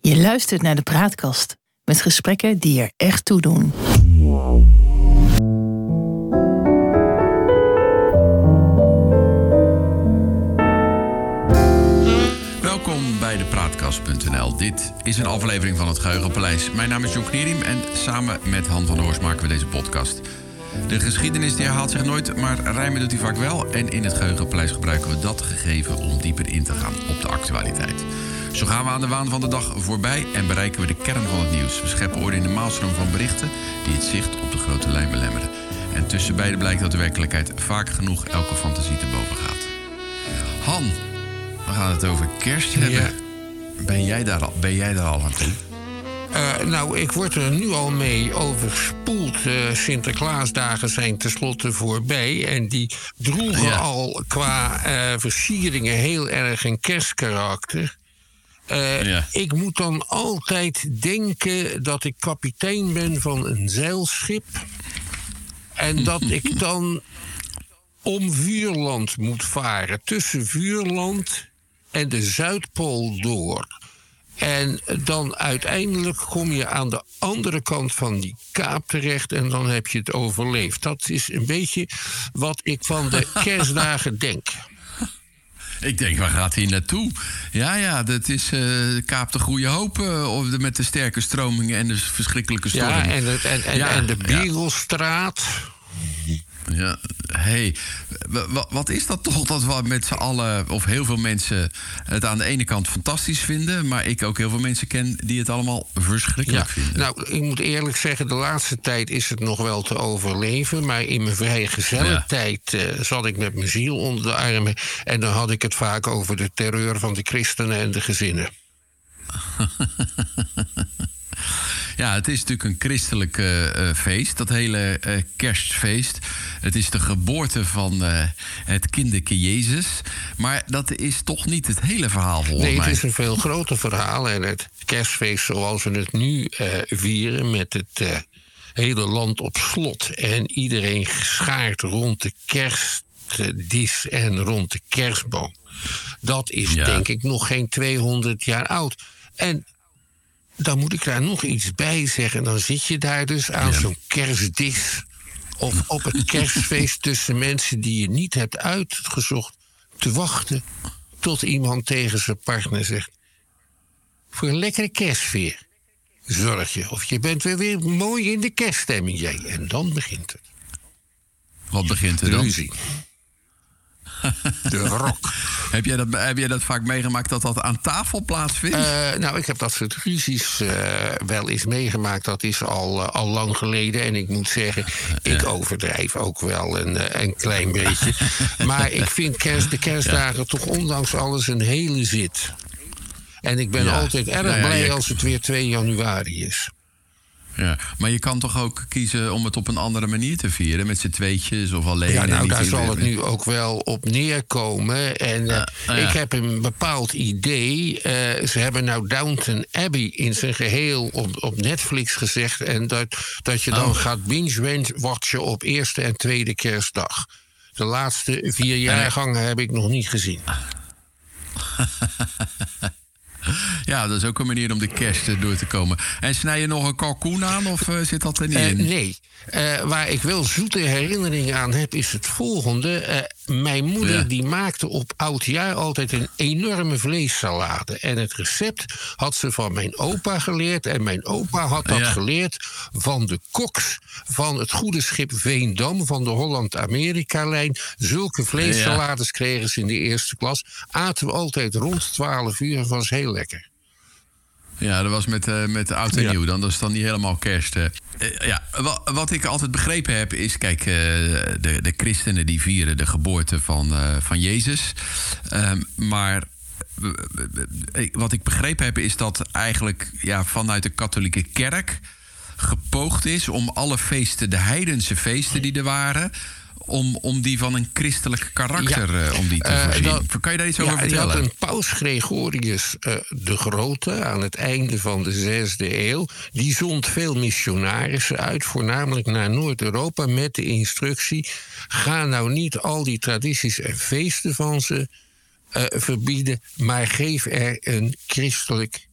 Je luistert naar de Praatkast met gesprekken die er echt toe doen. Welkom bij de Praatkast.nl. Dit is een aflevering van het Geheugenpaleis. Mijn naam is John Knierim en samen met Han van der Horst maken we deze podcast. De geschiedenis die herhaalt zich nooit, maar rijmen doet hij vaak wel. En in het Geheugenpaleis gebruiken we dat gegeven om dieper in te gaan op de actualiteit. Zo gaan we aan de waan van de dag voorbij en bereiken we de kern van het nieuws. We scheppen orde in de maalstroom van berichten die het zicht op de grote lijn belemmeren. En tussen beiden blijkt dat de werkelijkheid vaak genoeg elke fantasie te boven gaat. Han, we gaan het over kerst hebben. Ja. Ben jij daar al aan toe? Nou, ik word er nu al mee overspoeld. Sinterklaasdagen zijn tenslotte voorbij. En die droegen al qua versieringen heel erg een kerstkarakter. Ik moet dan altijd denken dat ik kapitein ben van een zeilschip. En dat ik dan om Vuurland moet varen. Tussen Vuurland en de Zuidpool door. En dan uiteindelijk kom je aan de andere kant van die kaap terecht en dan heb je het overleefd. Dat is een beetje wat ik van de kerstdagen denk. Ik denk, waar gaat hij naartoe? Ja, dat is Kaap de Goede Hoop met de sterke stromingen en de verschrikkelijke stormen. Ja, en de Beagle-straat. Ja, wat is dat toch dat we met z'n allen, of heel veel mensen het aan de ene kant fantastisch vinden, maar ik ook heel veel mensen ken die het allemaal verschrikkelijk vinden. Nou, ik moet eerlijk zeggen, de laatste tijd is het nog wel te overleven, maar in mijn vrijgezelle tijd zat ik met mijn ziel onder de armen en dan had ik het vaak over de terreur van de christenen en de gezinnen. Ja, het is natuurlijk een christelijk feest, dat hele kerstfeest. Het is de geboorte van het kinderke Jezus. Maar dat is toch niet het hele verhaal volgens mij. Nee, het is een veel groter verhaal. En het kerstfeest zoals we het nu vieren met het hele land op slot. En iedereen geschaard rond de kerstdis en rond de kerstboom. Dat is denk ik nog geen 200 jaar oud. En dan moet ik daar nog iets bij zeggen. Dan zit je daar dus aan zo'n kerstdis. Of op het kerstfeest tussen mensen die je niet hebt uitgezocht. Te wachten tot iemand tegen zijn partner zegt: voor een lekkere kerstsfeer zorg je. Of je bent weer mooi in de kerststemming, jij. En dan begint het. Wat begint er dan? Ruzie. De rok. Heb jij dat vaak meegemaakt dat aan tafel plaatsvindt? Nou, ik heb dat soort ruzies wel eens meegemaakt. Dat is al lang geleden. En ik moet zeggen, ik overdrijf ook wel een klein beetje. Maar ik vind de kerstdagen toch ondanks alles een hele zit. En ik ben altijd erg blij als het weer 2 januari is. Ja, maar je kan toch ook kiezen om het op een andere manier te vieren? Met z'n tweetjes of alleen? Ja, nou, daar zal het nu ook wel op neerkomen. En ik heb een bepaald idee. Ze hebben nou Downton Abbey in zijn geheel op Netflix gezegd. En dat je dan gaat binge-watchen op eerste en tweede kerstdag. De laatste 4 jaargangen heb ik nog niet gezien. Ja, dat is ook een manier om de kerst door te komen. En snij je nog een kalkoen aan of zit dat er niet in? Nee. Waar ik wel zoete herinneringen aan heb is het volgende. Mijn moeder die maakte op oudjaar altijd een enorme vleessalade. En het recept had ze van mijn opa geleerd. En mijn opa had dat geleerd van de koks van het goede schip Veendam van de Holland-Amerika-lijn. Zulke vleessalades kregen ze in de eerste klas. Aten we altijd rond 12 uur. Dat was heel lekker. Ja, dat was met oud en nieuw. Dat is dan niet helemaal kerst. Wat ik altijd begrepen heb is... Kijk, de christenen die vieren de geboorte van Jezus. Maar wat ik begrepen heb is dat eigenlijk vanuit de katholieke kerk gepoogd is om alle feesten, de heidense feesten die er waren, om die van een christelijk karakter om die te voorzien. Kan je daar iets over vertellen? Je had een paus Gregorius de Grote aan het einde van de 6e eeuw. Die zond veel missionarissen uit, voornamelijk naar Noord-Europa, met de instructie: ga nou niet al die tradities en feesten van ze verbieden, maar geef er een christelijk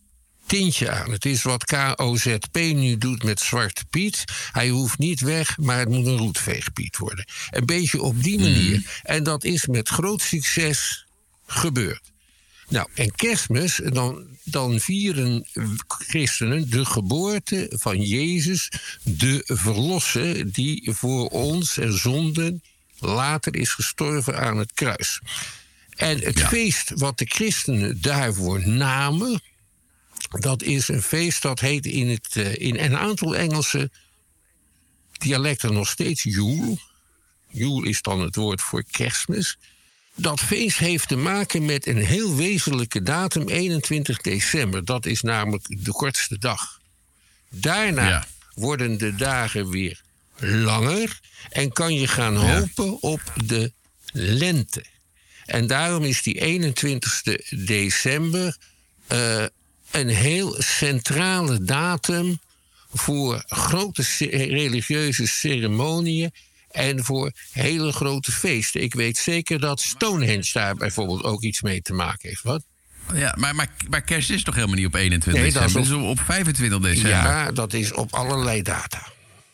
tintje aan. Het is wat KOZP nu doet met Zwarte Piet. Hij hoeft niet weg, maar het moet een roetveegpiet worden. Een beetje op die manier. En dat is met groot succes gebeurd. Nou, en Kerstmis, dan vieren christenen de geboorte van Jezus, de verlosser, die voor ons en zonden later is gestorven aan het kruis. En het feest wat de christenen daarvoor namen, dat is een feest dat heet in een aantal Engelse dialecten nog steeds Yule. Yule is dan het woord voor Kerstmis. Dat feest heeft te maken met een heel wezenlijke datum, 21 december. Dat is namelijk de kortste dag. Daarna worden de dagen weer langer en kan je gaan hopen op de lente. En daarom is die 21 december een heel centrale datum voor grote religieuze ceremonieën en voor hele grote feesten. Ik weet zeker dat Stonehenge daar bijvoorbeeld ook iets mee te maken heeft. Wat? Ja, maar kerst is toch helemaal niet op 21 december? Dat is op 25 december. Ja, dat is op allerlei data.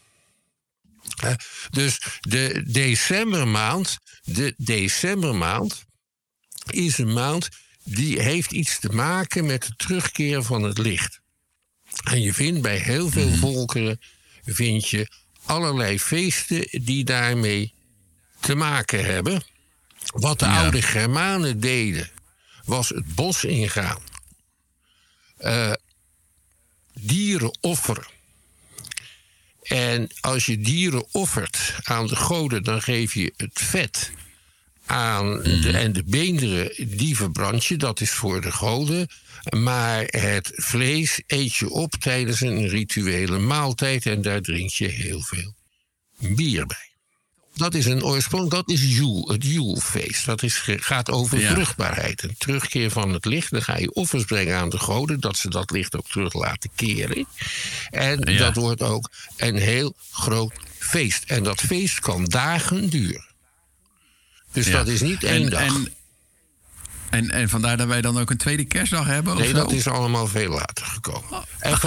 Dus de decembermaand is een maand die heeft iets te maken met de terugkeer van het licht. En je vindt bij heel veel volkeren allerlei feesten die daarmee te maken hebben. Wat de oude Germanen deden, was het bos ingaan. Dieren offeren. En als je dieren offert aan de goden, dan geef je het vet aan en de beenderen, die verbrand je. Dat is voor de goden. Maar het vlees eet je op tijdens een rituele maaltijd en daar drink je heel veel bier bij. Dat is een oorsprong, dat is Yule, het Yule-feest. Dat gaat over vruchtbaarheid, een terugkeer van het licht. Dan ga je offers brengen aan de goden, dat ze dat licht ook terug laten keren. En dat wordt ook een heel groot feest. En dat feest kan dagen duren. Dus dat is niet één dag. En vandaar dat wij dan ook een tweede kerstdag hebben? Nee, dat is allemaal veel later gekomen.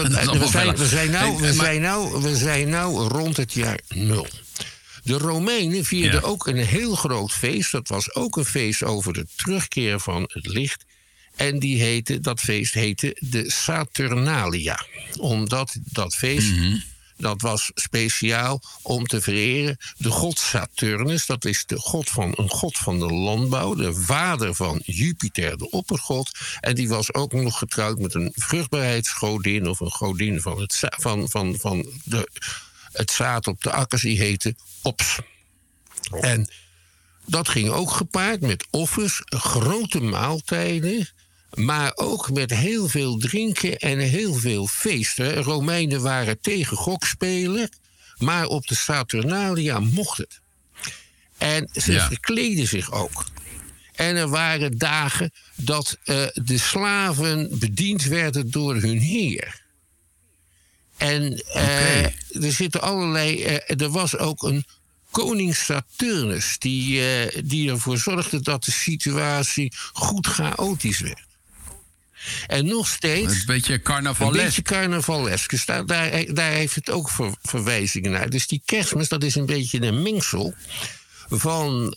We zijn nou rond het jaar 0. De Romeinen vierden ook een heel groot feest. Dat was ook een feest over de terugkeer van het licht. En dat feest heette de Saturnalia. Omdat dat feest, dat was speciaal om te vereren de god Saturnus. Dat is een god van de landbouw. De vader van Jupiter, de oppergod. En die was ook nog getrouwd met een vruchtbaarheidsgodin of een godin van het zaad op de akkers. Die heette Ops. En dat ging ook gepaard met offers, grote maaltijden, maar ook met heel veel drinken en heel veel feesten. Romeinen waren tegen gokspelen, maar op de Saturnalia mocht het. En ze verkleden zich ook. En er waren dagen dat de slaven bediend werden door hun heer. En er zitten allerlei. Er was ook een koning Saturnus die ervoor zorgde dat de situatie goed chaotisch werd. En nog steeds. Een beetje carnavalesk. Dus daar heeft het ook verwijzingen naar. Dus die Kerstmis, dat is een beetje een mengsel van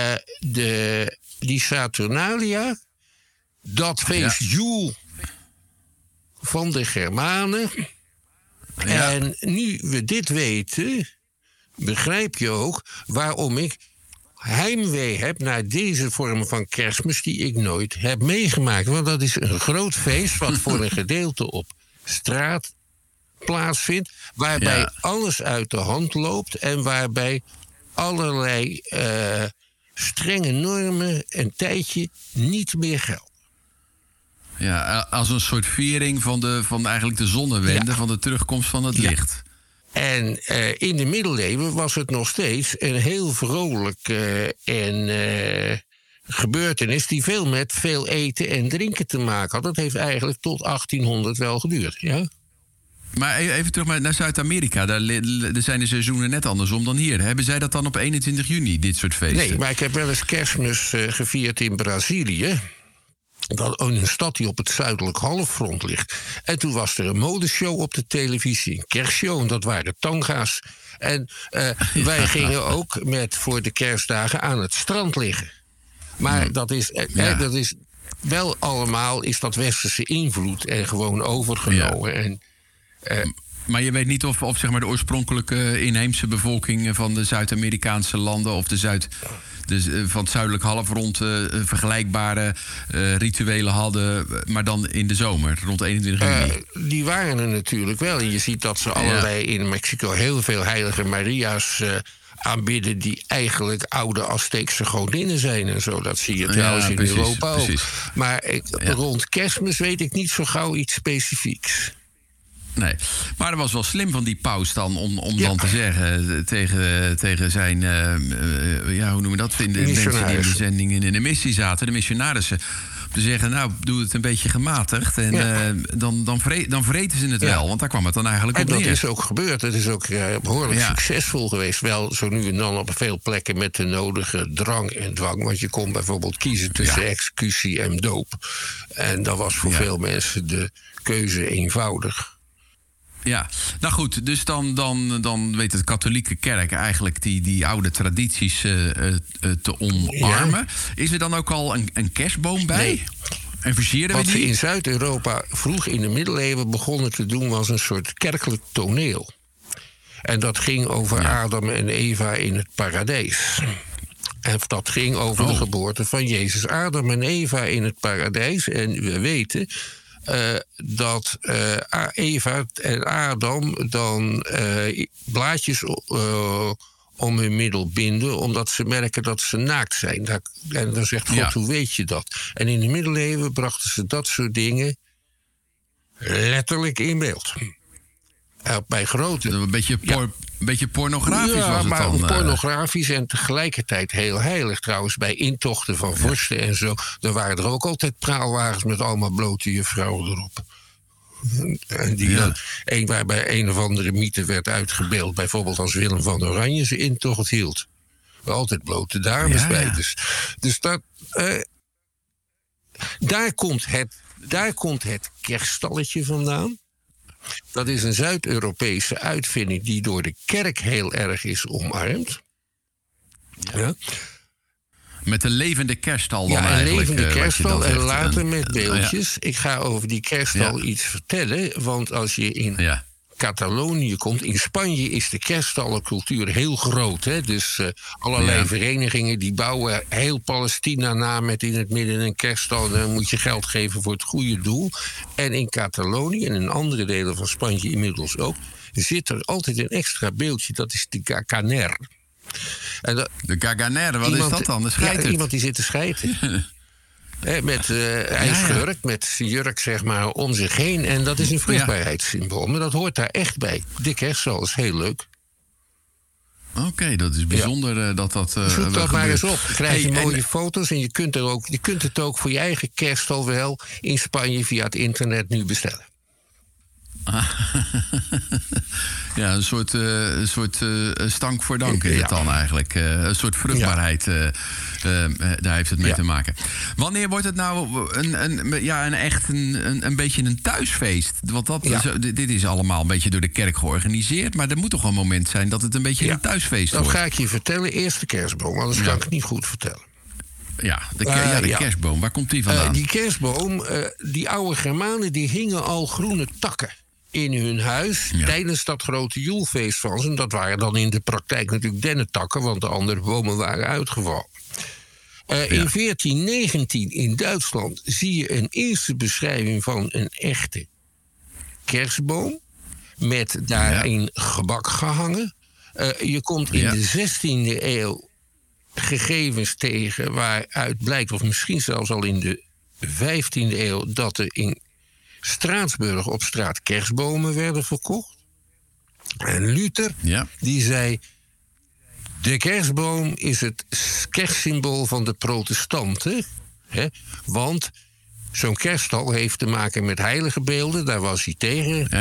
die Saturnalia, dat feest Yule van de Germanen. Ja. En nu we dit weten, begrijp je ook waarom ik heimwee heb naar deze vorm van Kerstmis die ik nooit heb meegemaakt. Want dat is een groot feest wat voor een gedeelte op straat plaatsvindt, waarbij alles uit de hand loopt en waarbij allerlei strenge normen een tijdje niet meer gelden. Ja, als een soort viering van eigenlijk de zonnewende, van de terugkomst van het licht. En in de middeleeuwen was het nog steeds een heel vrolijk gebeurtenis die met veel eten en drinken te maken had. Dat heeft eigenlijk tot 1800 wel geduurd, ja. Maar even terug naar Zuid-Amerika. Daar zijn de seizoenen net andersom dan hier. Hebben zij dat dan op 21 juni, dit soort feesten? Nee, maar ik heb wel eens Kerstmis gevierd in Brazilië. Een stad die op het zuidelijk halfrond ligt. En toen was er een modeshow op de televisie, een kerstshow, en dat waren tanga's. En wij gingen ook voor de kerstdagen aan het strand liggen. Maar dat is wel allemaal is dat westerse invloed en gewoon overgenomen. Ja. Maar je weet niet of zeg maar de oorspronkelijke inheemse bevolking van de Zuid-Amerikaanse landen of van het zuidelijk halfrond vergelijkbare rituelen hadden, maar dan in de zomer, rond 21 juni. Die waren er natuurlijk wel. En je ziet dat ze allerlei in Mexico heel veel heilige Maria's aanbidden die eigenlijk oude Azteekse godinnen zijn en zo. Dat zie je trouwens in Europa ook. Maar rond Kerstmis weet ik niet zo gauw iets specifieks. Nee, maar dat was wel slim van die paus dan om dan te zeggen tegen zijn, hoe noemen we dat? De mensen die in de zending in de missie zaten, de missionarissen. Te zeggen, nou, doe het een beetje gematigd. En dan vreten ze het wel. Want daar kwam het dan eigenlijk op neer. En dat is ook gebeurd. Het is ook behoorlijk succesvol geweest. Wel zo nu en dan op veel plekken met de nodige drang en dwang. Want je kon bijvoorbeeld kiezen tussen executie en doop. En dat was voor veel mensen de keuze eenvoudig. Ja, nou goed, dus dan weet de katholieke kerk eigenlijk die oude tradities te omarmen. Ja. Is er dan ook al een kerstboom bij? Nee. En versieren we die? Wat ze in Zuid-Europa vroeg in de middeleeuwen begonnen te doen, was een soort kerkelijk toneel. En dat ging over Adam en Eva in het paradijs. En dat ging over de geboorte van Jezus. Adam en Eva in het paradijs. En we weten dat Eva en Adam dan blaadjes om hun middel binden, omdat ze merken dat ze naakt zijn. En dan zegt God, hoe weet je dat? En in de middeleeuwen brachten ze dat soort dingen letterlijk in beeld. Bij grote... Een beetje pornografisch was het maar dan. Pornografisch en tegelijkertijd heel heilig. Trouwens, bij intochten van vorsten en zo, dan waren er ook altijd praalwagens met allemaal blote juffrouwen erop. En die dan, waarbij een of andere mythe werd uitgebeeld. Bijvoorbeeld als Willem van Oranje zijn intocht hield. Altijd blote dames bij. Dus dat... Daar komt het kerststalletje vandaan. Dat is een Zuid-Europese uitvinding die door de kerk heel erg is omarmd. Ja. Met een levende kerststal dan eigenlijk. Ja, een levende kerststal en later met beeldjes. Ik ga over die kerststal iets vertellen. Want als je in Catalonië komt, in Spanje is de kerststallencultuur heel groot. Hè? Dus allerlei verenigingen die bouwen heel Palestina na met in het midden een kerststal. Dan moet je geld geven voor het goede doel. En in Catalonië en in andere delen van Spanje inmiddels ook, zit er altijd een extra beeldje. Dat is de Gaganer. De Gaganer, wat is dat dan? De scheiter? Ja, iemand die zit te schijten. Met ijsjurk, met zijn jurk zeg maar om zich heen. En dat is een vruchtbaarheidssymbool. Maar dat hoort daar echt bij. De kerststal is heel leuk. Oké, dat is bijzonder dat zoek dat maar eens op. Dan krijg je mooie foto's. En je kunt het ook voor je eigen kerststal wel in Spanje via het internet nu bestellen. Ja, een soort stank voor dank is het dan eigenlijk. Een soort vruchtbaarheid, daar heeft het mee te maken. Wanneer wordt het nou een beetje een thuisfeest? Want dit is allemaal een beetje door de kerk georganiseerd. Maar er moet toch een moment zijn dat het een beetje een thuisfeest wordt? Dat ga ik je vertellen. Eerst de kerstboom, anders kan ik het niet goed vertellen. Ja, de kerstboom. Waar komt die vandaan? Die kerstboom, die oude Germanen, die hingen al groene takken in hun huis tijdens dat grote joelfeest van ze. En dat waren dan in de praktijk natuurlijk dennentakken, want de andere bomen waren uitgevallen. In 1419 in Duitsland zie je een eerste beschrijving van een echte kerstboom met daarin gebak gehangen. Je komt in de 16e eeuw gegevens tegen waaruit blijkt, of misschien zelfs al in de 15e eeuw, dat er in Straatsburg op straat kerstbomen werden verkocht. En Luther, die zei, de kerstboom is het kerstsymbool van de protestanten. Hè? Want zo'n kerststal heeft te maken met heilige beelden, daar was hij tegen.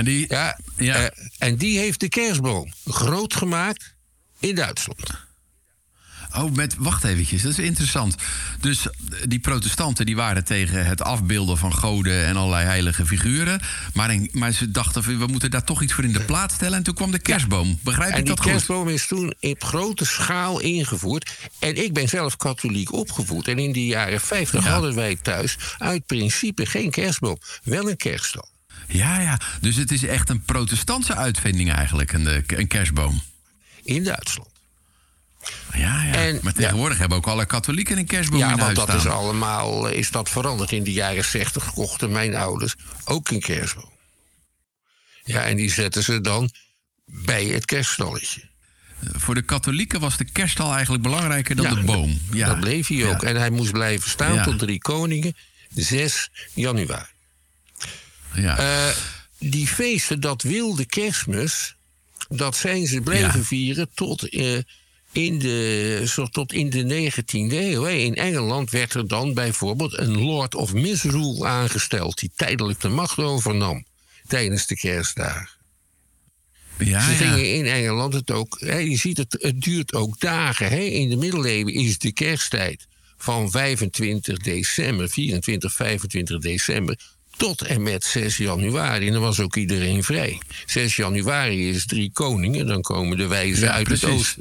En en die heeft de kerstboom groot gemaakt in Duitsland. Wacht eventjes, dat is interessant. Dus die protestanten die waren tegen het afbeelden van goden en allerlei heilige figuren. Maar ze dachten, we moeten daar toch iets voor in de plaats stellen. En toen kwam de kerstboom. Begrijp ik dat goed? En die kerstboom is toen op grote schaal ingevoerd. En ik ben zelf katholiek opgevoed. En in de jaren 50 hadden wij thuis uit principe geen kerstboom. Wel een kerststal. Ja. Dus het is echt een protestantse uitvinding eigenlijk, een kerstboom. In Duitsland. Ja. Maar tegenwoordig hebben ook alle katholieken een kerstboom in huis staan. Ja, want dat is allemaal veranderd. In de jaren 60 kochten mijn ouders ook een kerstboom. Ja, en die zetten ze dan bij het kerststalletje. Voor de katholieken was de kerststal eigenlijk belangrijker dan de boom. Ja, dat bleef hij ook. En hij moest blijven staan tot 3 Koningen, 6 januari. Ja. Die feesten, dat wilde Kerstmis, dat zijn ze blijven vieren tot in de 19e eeuw. In Engeland werd er dan bijvoorbeeld een Lord of Misrule aangesteld, die tijdelijk de macht overnam tijdens de kerstdagen. Ze gingen in Engeland het ook. Je ziet het duurt ook dagen. In de middeleeuwen is de kersttijd van 25 december, 24, 25 december, tot en met 6 januari. En dan was ook iedereen vrij. 6 januari is 3 Koningen, dan komen de wijzen uit het oosten.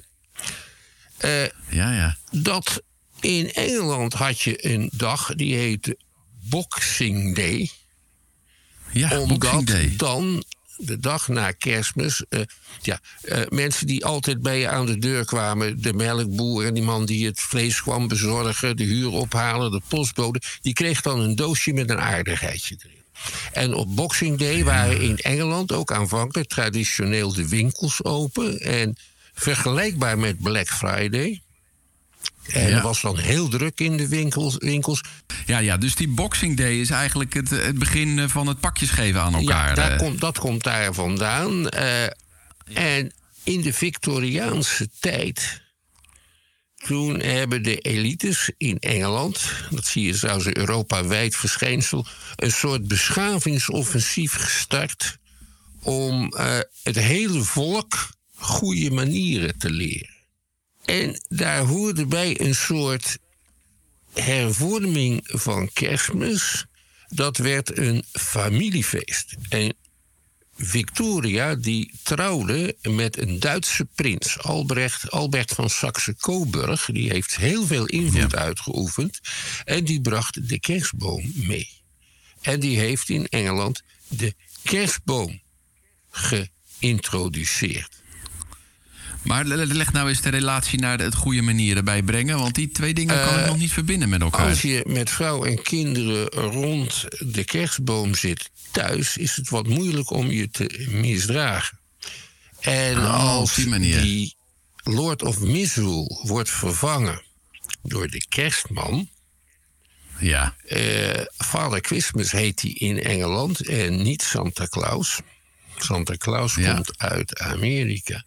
Dat in Engeland had je een dag die heette Boxing Day. Ja, omdat Boxing Day. Dan de dag na Kerstmis, mensen die altijd bij je aan de deur kwamen, de melkboer en die man die het vlees kwam bezorgen, de huur ophalen, de postbode, die kreeg dan een doosje met een aardigheidje erin. En op Boxing Day waren in Engeland ook aanvankelijk traditioneel de winkels open. En vergelijkbaar met Black Friday. En dat was dan heel druk in de winkels. Ja, dus die Boxing Day is eigenlijk het begin van het pakjes geven aan elkaar. Ja, dat komt daar vandaan. En in de Victoriaanse tijd, toen hebben de elites in Engeland, dat zie je trouwens een Europa-wijd verschijnsel, een soort beschavingsoffensief gestart om het hele volk goede manieren te leren. En daar hoorde bij een soort hervorming van Kerstmis. Dat werd een familiefeest. En Victoria die trouwde met een Duitse prins, Albert van Saxe-Coburg. Die heeft heel veel invloed uitgeoefend. En die bracht de kerstboom mee. En die heeft in Engeland de kerstboom geïntroduceerd. Maar leg nou eens de relatie naar het goede manieren bijbrengen, want die twee dingen kan ik nog niet verbinden met elkaar. Als je met vrouw en kinderen rond de kerstboom zit thuis, is het wat moeilijk om je te misdragen. En als die Lord of Misrule wordt vervangen door de kerstman. Ja. Father Christmas heet hij in Engeland en niet Santa Claus. Santa Claus komt uit Amerika.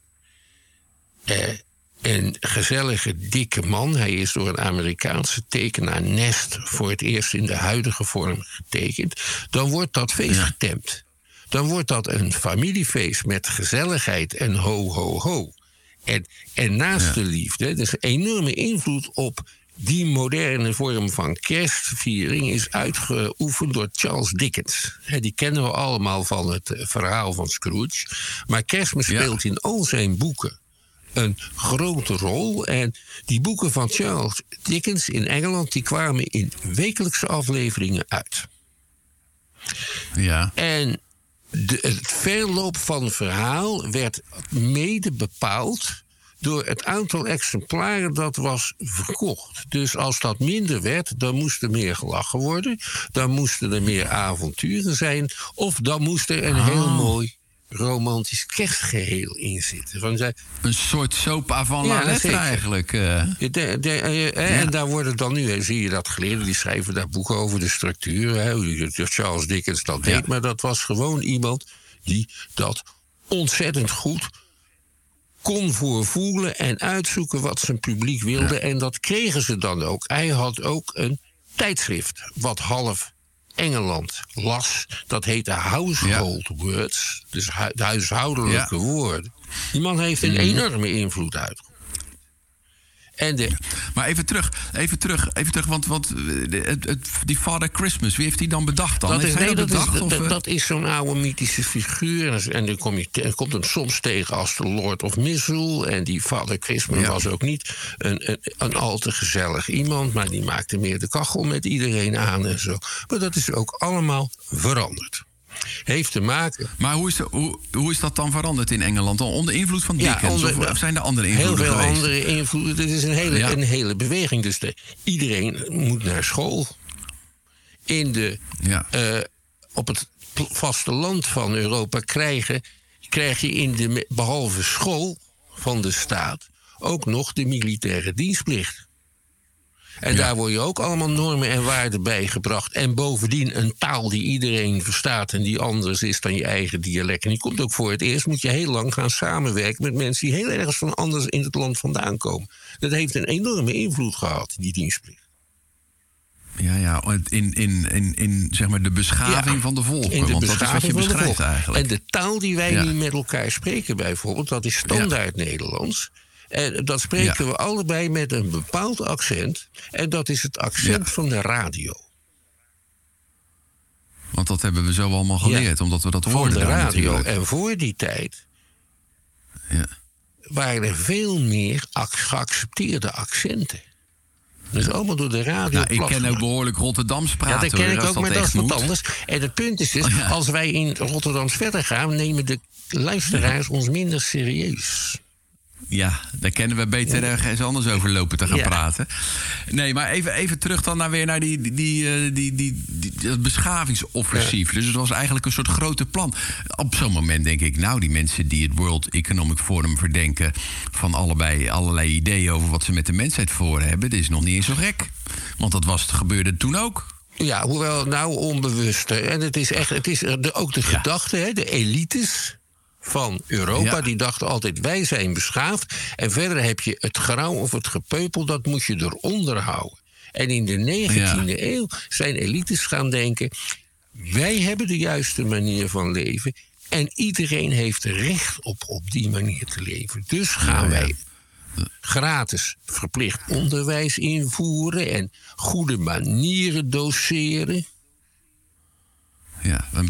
Een gezellige, dikke man. Hij is door een Amerikaanse tekenaar Nest voor het eerst in de huidige vorm getekend. Dan wordt dat feest getemd. Dan wordt dat een familiefeest met gezelligheid en ho, ho, ho. En naast de liefde, dus een enorme invloed op die moderne vorm van kerstviering is uitgeoefend door Charles Dickens. Die kennen we allemaal van het verhaal van Scrooge. Maar Kerstmis speelt in al zijn boeken een grote rol. En die boeken van Charles Dickens in Engeland, die kwamen in wekelijkse afleveringen uit. Ja. En het verloop van het verhaal werd mede bepaald door het aantal exemplaren dat was verkocht. Dus als dat minder werd, dan moest er meer gelachen worden. Dan moesten er meer avonturen zijn. Of dan moest er een heel mooi romantisch kerstgeheel in zitten. Een soort soap avant la lettre eigenlijk. En daar worden dan nu, zie je dat geleerden, die schrijven daar boeken over de structuur. Hoe Charles Dickens dat deed. Maar dat was gewoon iemand die dat ontzettend goed kon voorvoelen en uitzoeken wat zijn publiek wilde. Ja. En dat kregen ze dan ook. Hij had ook een tijdschrift wat half Engeland las. Dat heette Household Words. Dus de huishoudelijke woorden. Die man heeft een enorme invloed uitgeoefend. Maar even terug, want die Father Christmas, wie heeft die dan bedacht dan? Dat is zo'n oude mythische figuur. En dan komt hem soms tegen als de Lord of Misrule. En die Father Christmas was ook niet een al te gezellig iemand, maar die maakte meer de kachel met iedereen aan en zo. Maar dat is ook allemaal veranderd. Heeft te maken... Maar hoe is dat dan veranderd in Engeland? Onder invloed van Dickens? Of zijn er andere invloeden heel veel geweest? Andere invloeden. Dit is een hele beweging. Dus iedereen moet naar school. Op het vasteland van Europa krijg je behalve school van de staat ook nog de militaire dienstplicht. En daar word je ook allemaal normen en waarden bij gebracht. En bovendien een taal die iedereen verstaat en die anders is dan je eigen dialect. En die komt ook voor het eerst, moet je heel lang gaan samenwerken met mensen die heel ergens van anders in het land vandaan komen. Dat heeft een enorme invloed gehad, die dienstplicht. Ja, in zeg maar de beschaving van de volken. Want dat is wat je beschrijft eigenlijk. En de taal die wij nu met elkaar spreken bijvoorbeeld, dat is standaard Nederlands. En dat spreken we allebei met een bepaald accent. En dat is het accent van de radio. Want dat hebben we zo allemaal geleerd, omdat we dat hoorden. Van de radio. Natuurlijk. En voor die tijd waren er veel meer geaccepteerde accenten. Dus allemaal door de radio. Ik ken ook behoorlijk Rotterdams praten. Ja, dat ken ik ook, maar dat is wat anders. En het punt is dus, als wij in Rotterdams verder gaan, nemen de luisteraars ons minder serieus. Ja, daar kennen we beter ergens anders over lopen te gaan praten. Nee, maar even terug dan weer naar dat beschavingsoffensief. Dus het was eigenlijk een soort grote plan. Op zo'n moment denk ik, nou, die mensen die het World Economic Forum verdenken van allerlei ideeën over wat ze met de mensheid voor hebben, dat is nog niet eens zo gek. Want dat gebeurde toen ook. Ja, hoewel nou onbewuster. En het is ook de gedachte, de elites van Europa, die dachten altijd, wij zijn beschaafd. En verder heb je het grauw of het gepeupel, dat moet je eronder houden. En in de 19e eeuw zijn elites gaan denken, wij hebben de juiste manier van leven en iedereen heeft recht op die manier te leven. Dus gaan wij gratis verplicht onderwijs invoeren en goede manieren doseren. Ja, een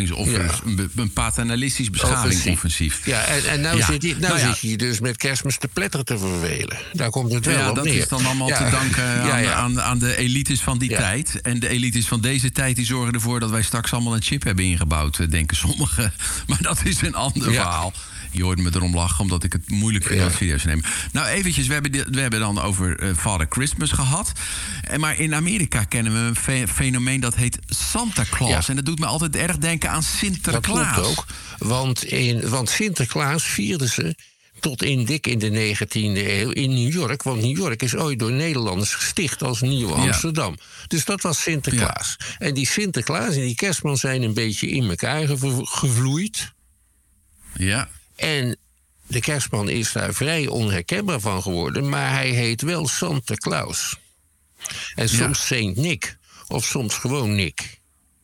een paternalistisch beschavingsoffensief. Ja, en nou zit je dus met Kerstmis te pletteren te vervelen. Daar komt het wel op dat neer. is dan allemaal te danken aan de elites van die tijd. En de elites van deze tijd die zorgen ervoor dat wij straks allemaal een chip hebben ingebouwd, denken sommigen. Maar dat is een ander verhaal. Je hoort me erom lachen, omdat ik het moeilijk vind dat serieus nemen. Nou, eventjes, we hebben dan over Father Christmas gehad. Maar in Amerika kennen we een fenomeen dat heet Santa Claus. Ja. En dat doet me altijd erg denken aan Sinterklaas. Dat klopt ook, want Sinterklaas vierden ze tot dik in de 19e eeuw in New York. Want New York is ooit door Nederlanders gesticht als Nieuw Amsterdam. Dus dat was Sinterklaas. Ja. En die Sinterklaas en die Kerstman zijn een beetje in elkaar gevloeid. Ja. En de Kerstman is daar vrij onherkenbaar van geworden, maar hij heet wel Santa Claus. En soms Saint Nick, of soms gewoon Nick.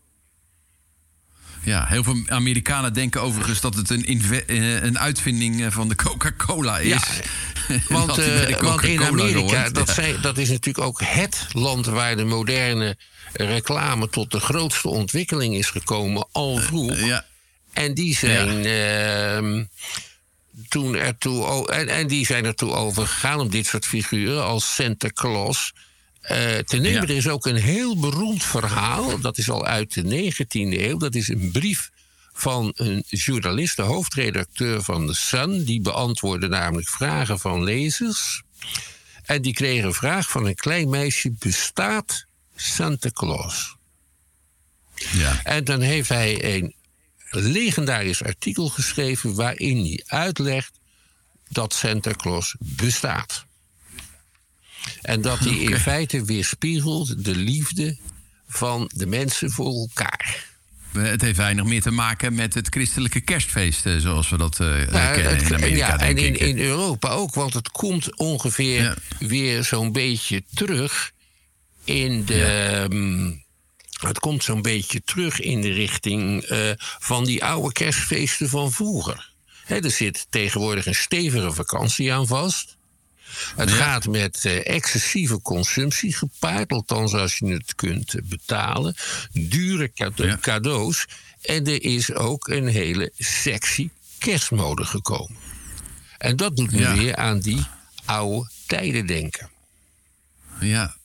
Ja, heel veel Amerikanen denken overigens dat het een uitvinding van de Coca-Cola is. Ja, want in Amerika, dat is natuurlijk ook het land waar de moderne reclame tot de grootste ontwikkeling is gekomen al vroeg. En die zijn toen ertoe overgegaan om dit soort figuren als Santa Claus te nemen. Er is ook een heel beroemd verhaal, dat is al uit de 19e eeuw. Dat is een brief van een journalist, de hoofdredacteur van The Sun. Die beantwoordde namelijk vragen van lezers. En die kreeg een vraag van een klein meisje: bestaat Santa Claus? Ja. En dan heeft hij een legendarisch artikel geschreven waarin hij uitlegt dat Santa Claus bestaat. En dat hij in feite weerspiegelt de liefde van de mensen voor elkaar. Het heeft weinig meer te maken met het christelijke kerstfeest, zoals we dat kennen in Amerika, denk ik. En in Europa ook, want het komt ongeveer weer zo'n beetje terug in de... Het komt zo'n beetje terug in de richting van die oude kerstfeesten van vroeger. Er zit tegenwoordig een stevige vakantie aan vast. Het gaat met excessieve consumptie gepaard, althans als je het kunt betalen. Dure cadeaus. En er is ook een hele sexy kerstmode gekomen. En dat doet me weer aan die oude tijden denken. Ja.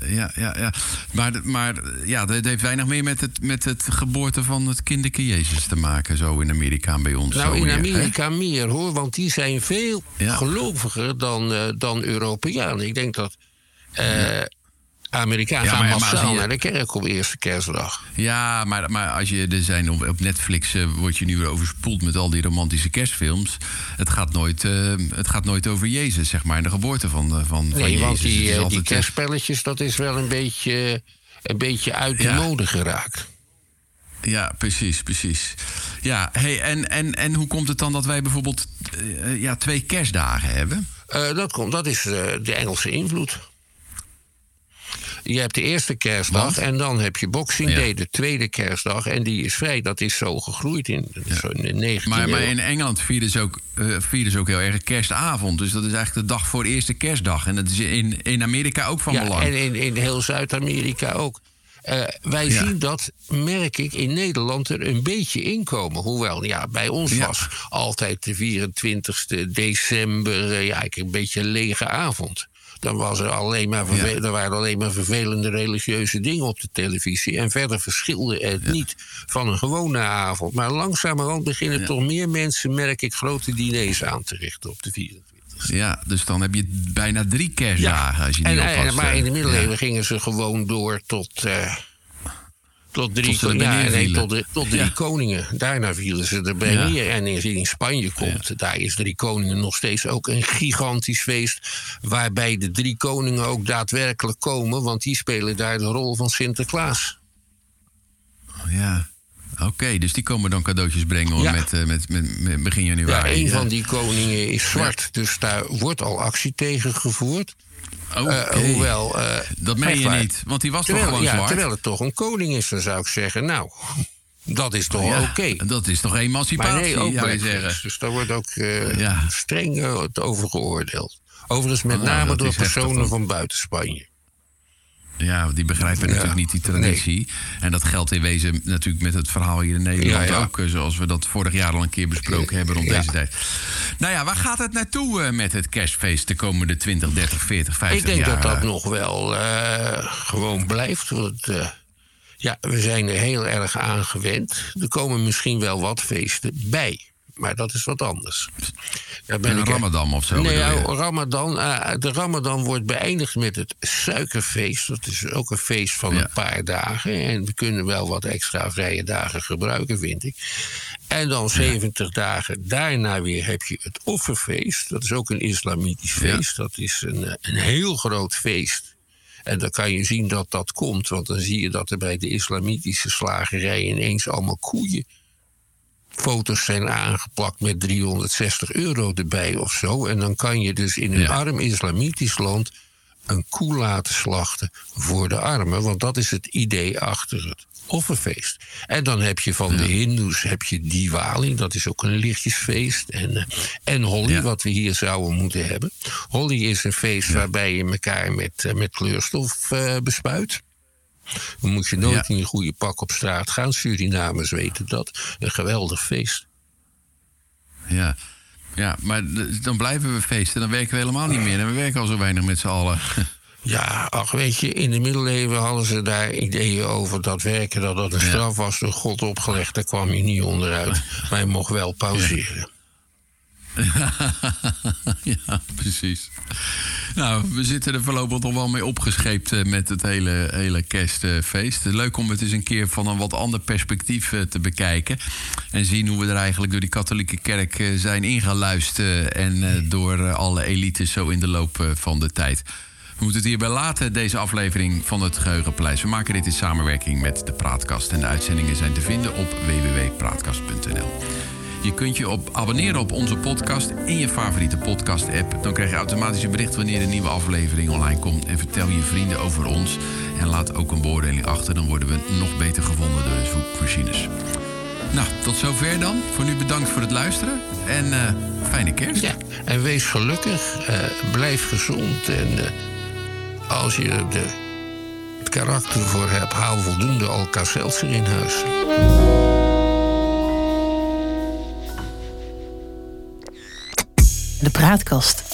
Maar dat heeft weinig meer met het geboorte van het kinderke Jezus te maken, zo in Amerika en bij ons. Nou, in Amerika meer, hoor, want die zijn veel geloviger dan Europeanen. Ik denk dat Amerikanen gaan massaal naar de kerk op eerste kerstdag. Ja, maar als je er zijn op Netflix word je nu weer overspoeld met al die romantische kerstfilms. Het gaat nooit over Jezus, zeg maar, en de geboorte van Jezus. Want die kerstspelletjes, dat is wel een beetje uit de mode geraakt. Ja, precies. Ja, hey, en hoe komt het dan dat wij bijvoorbeeld 2 kerstdagen hebben? Dat is de Engelse invloed. Je hebt de eerste kerstdag en dan heb je Boxing Day, de tweede kerstdag. En die is vrij, dat is zo gegroeid in de 19e maar in Engeland vieren ze ook heel erg kerstavond. Dus dat is eigenlijk de dag voor de eerste kerstdag. En dat is in Amerika ook van belang. En in heel Zuid-Amerika ook. Wij zien dat, merk ik, in Nederland er een beetje inkomen. Hoewel, bij ons was altijd de 24e december een beetje een lege avond. Dan was er er waren alleen maar vervelende religieuze dingen op de televisie. En verder verschilde het niet van een gewone avond. Maar langzamerhand beginnen toch meer mensen, merk ik, grote diners aan te richten op de 24e. Ja, dus dan heb je bijna 3 kerstdagen. Als je niet alvast, maar in de middeleeuwen gingen ze gewoon door tot 3 koningen. Daarna vielen ze erbij neer. En in Spanje daar is 3 koningen nog steeds ook een gigantisch feest. Waarbij de 3 koningen ook daadwerkelijk komen. Want die spelen daar de rol van Sinterklaas. Ja, oké, dus die komen dan cadeautjes brengen met begin januari. Ja, een van die koningen is zwart. Dus daar wordt al actie tegen gevoerd. Hoewel, dat meen je niet, want die was toch gewoon zwart? Terwijl het toch een koning is, dan zou ik zeggen, nou, dat is toch oké. Dat is toch emancipatie, maar zou je zeggen. Dus daar wordt ook streng over geoordeeld. Overigens met name door personen van buiten Spanje. Ja, die begrijpen natuurlijk niet die traditie. Nee. En dat geldt in wezen natuurlijk met het verhaal hier in Nederland ook. Zoals we dat vorig jaar al een keer besproken hebben rond deze tijd. Nou ja, waar gaat het naartoe met het kerstfeest de komende 20, 30, 40, 50 jaar? Ik denk dat nog wel gewoon blijft. Want we zijn er heel erg aan gewend. Er komen misschien wel wat feesten bij. Maar dat is wat anders. Een Ramadan of zo? Nee, Ramadan. De Ramadan wordt beëindigd met het suikerfeest. Dat is ook een feest van een paar dagen. En we kunnen wel wat extra vrije dagen gebruiken, vind ik. En dan 70 dagen daarna weer heb je het offerfeest. Dat is ook een islamitisch feest. Dat is een heel groot feest. En dan kan je zien dat dat komt. Want dan zie je dat er bij de islamitische slagerij ineens allemaal koeien foto's zijn aangeplakt met €360 erbij of zo. En dan kan je dus in een arm islamitisch land een koe laten slachten voor de armen. Want dat is het idee achter het offerfeest. En dan heb je van de Hindoes heb je Diwali, dat is ook een lichtjesfeest. En Holi, wat we hier zouden moeten hebben. Holi is een feest waarbij je elkaar met kleurstof bespuit. Dan moet je nooit in je goede pak op straat gaan. Surinamers weten dat. Een geweldig feest. Ja, maar dan blijven we feesten. Dan werken we helemaal niet meer. En we werken al zo weinig met z'n allen. Ja, ach, weet je, in de middeleeuwen hadden ze daar ideeën over dat werken, dat een straf was door God opgelegd. Daar kwam je niet onderuit. Maar je mocht wel pauzeren. Ja, precies. Nou, we zitten er voorlopig nog wel mee opgescheept met het hele kerstfeest. Leuk om het eens een keer van een wat ander perspectief te bekijken. En zien hoe we er eigenlijk door die katholieke kerk zijn ingeluisterd. En door alle elites zo in de loop van de tijd. We moeten het hierbij laten, deze aflevering van het Geheugenpaleis. We maken dit in samenwerking met de Praatkast. En de uitzendingen zijn te vinden op www.praatkast.nl. Je kunt je abonneren op onze podcast in je favoriete podcast-app. Dan krijg je automatisch een bericht wanneer een nieuwe aflevering online komt. En vertel je vrienden over ons. En laat ook een beoordeling achter. Dan worden we nog beter gevonden door de zoekmachines. Nou, tot zover dan. Voor nu bedankt voor het luisteren. En fijne kerst. Ja, en wees gelukkig. Blijf gezond. En als je het karakter voor hebt, haal voldoende Alka-Seltzer in huis. De Praatkast.